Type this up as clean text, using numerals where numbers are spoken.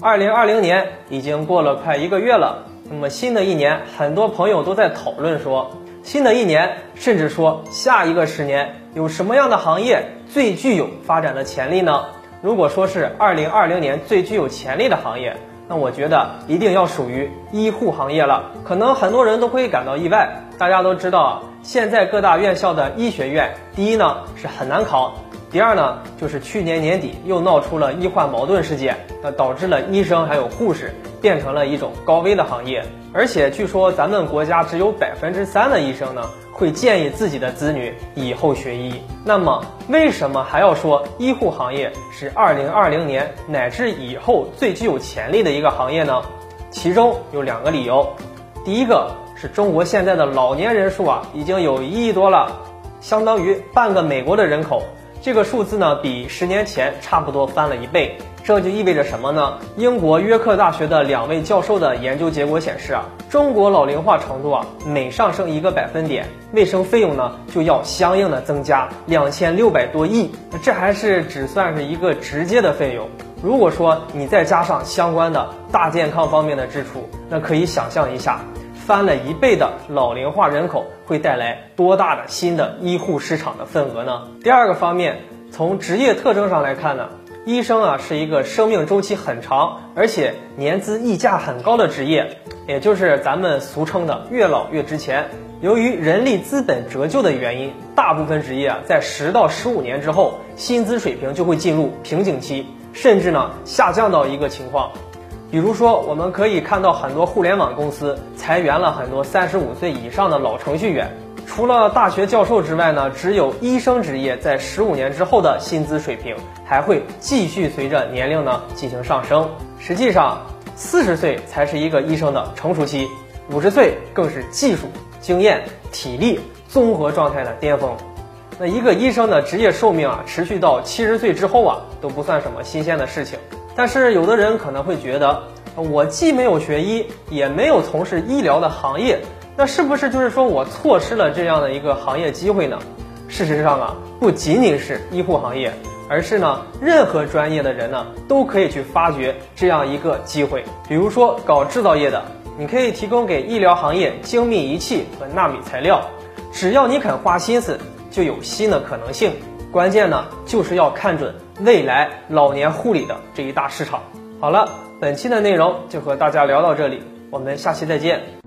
2020年已经过了快1个月了，那么新的一年，很多朋友都在讨论说，新的一年，甚至说下一个10年，有什么样的行业最具有发展的潜力呢？如果说是2020年最具有潜力的行业，那我觉得一定要属于医护行业了。可能很多人都会感到意外，大家都知道啊，现在各大院校的医学院，第一呢是很难考，第二呢就是去年年底又闹出了医患矛盾事件，导致了医生还有护士变成了一种高危的行业。而且据说咱们国家只有3%的医生呢会建议自己的子女以后学医。那么为什么还要说医护行业是2020年乃至以后最具有潜力的一个行业呢？其中有2个理由。第一个是中国现在的老年人数啊已经有1亿多了，相当于半个美国的人口。这个数字呢比10年前差不多翻了1倍。这就意味着什么呢？英国约克大学的2位教授的研究结果显示啊，中国老龄化程度啊每上升1个百分点，卫生费用呢就要相应的增加2600多亿。这还是只算是一个直接的费用。如果说你再加上相关的大健康方面的支出，那可以想象一下，翻了1倍的老龄化人口会带来多大的新的医护市场的份额呢？第二个方面，从职业特征上来看呢，医生啊是一个生命周期很长，而且年资溢价很高的职业，也就是咱们俗称的越老越值钱。由于人力资本折旧的原因，大部分职业啊在10到15年之后，薪资水平就会进入瓶颈期，甚至呢下降到一个情况。比如说，我们可以看到很多互联网公司裁员了很多35岁以上的老程序员。除了大学教授之外呢，只有医生职业在15年之后的薪资水平还会继续随着年龄呢进行上升。实际上，40岁才是一个医生的成熟期，50岁更是技术、经验、体力综合状态的巅峰。那一个医生的职业寿命啊，持续到70岁之后啊，都不算什么新鲜的事情。但是有的人可能会觉得，我既没有学医，也没有从事医疗的行业，那是不是就是说我错失了这样的一个行业机会呢？事实上啊，不仅仅是医护行业，而是呢，任何专业的人呢，都可以去发掘这样一个机会。比如说搞制造业的，你可以提供给医疗行业精密仪器和纳米材料，只要你肯花心思，就有新的可能性。关键呢，就是要看准未来老年护理的这一大市场。好了，本期的内容就和大家聊到这里，我们下期再见。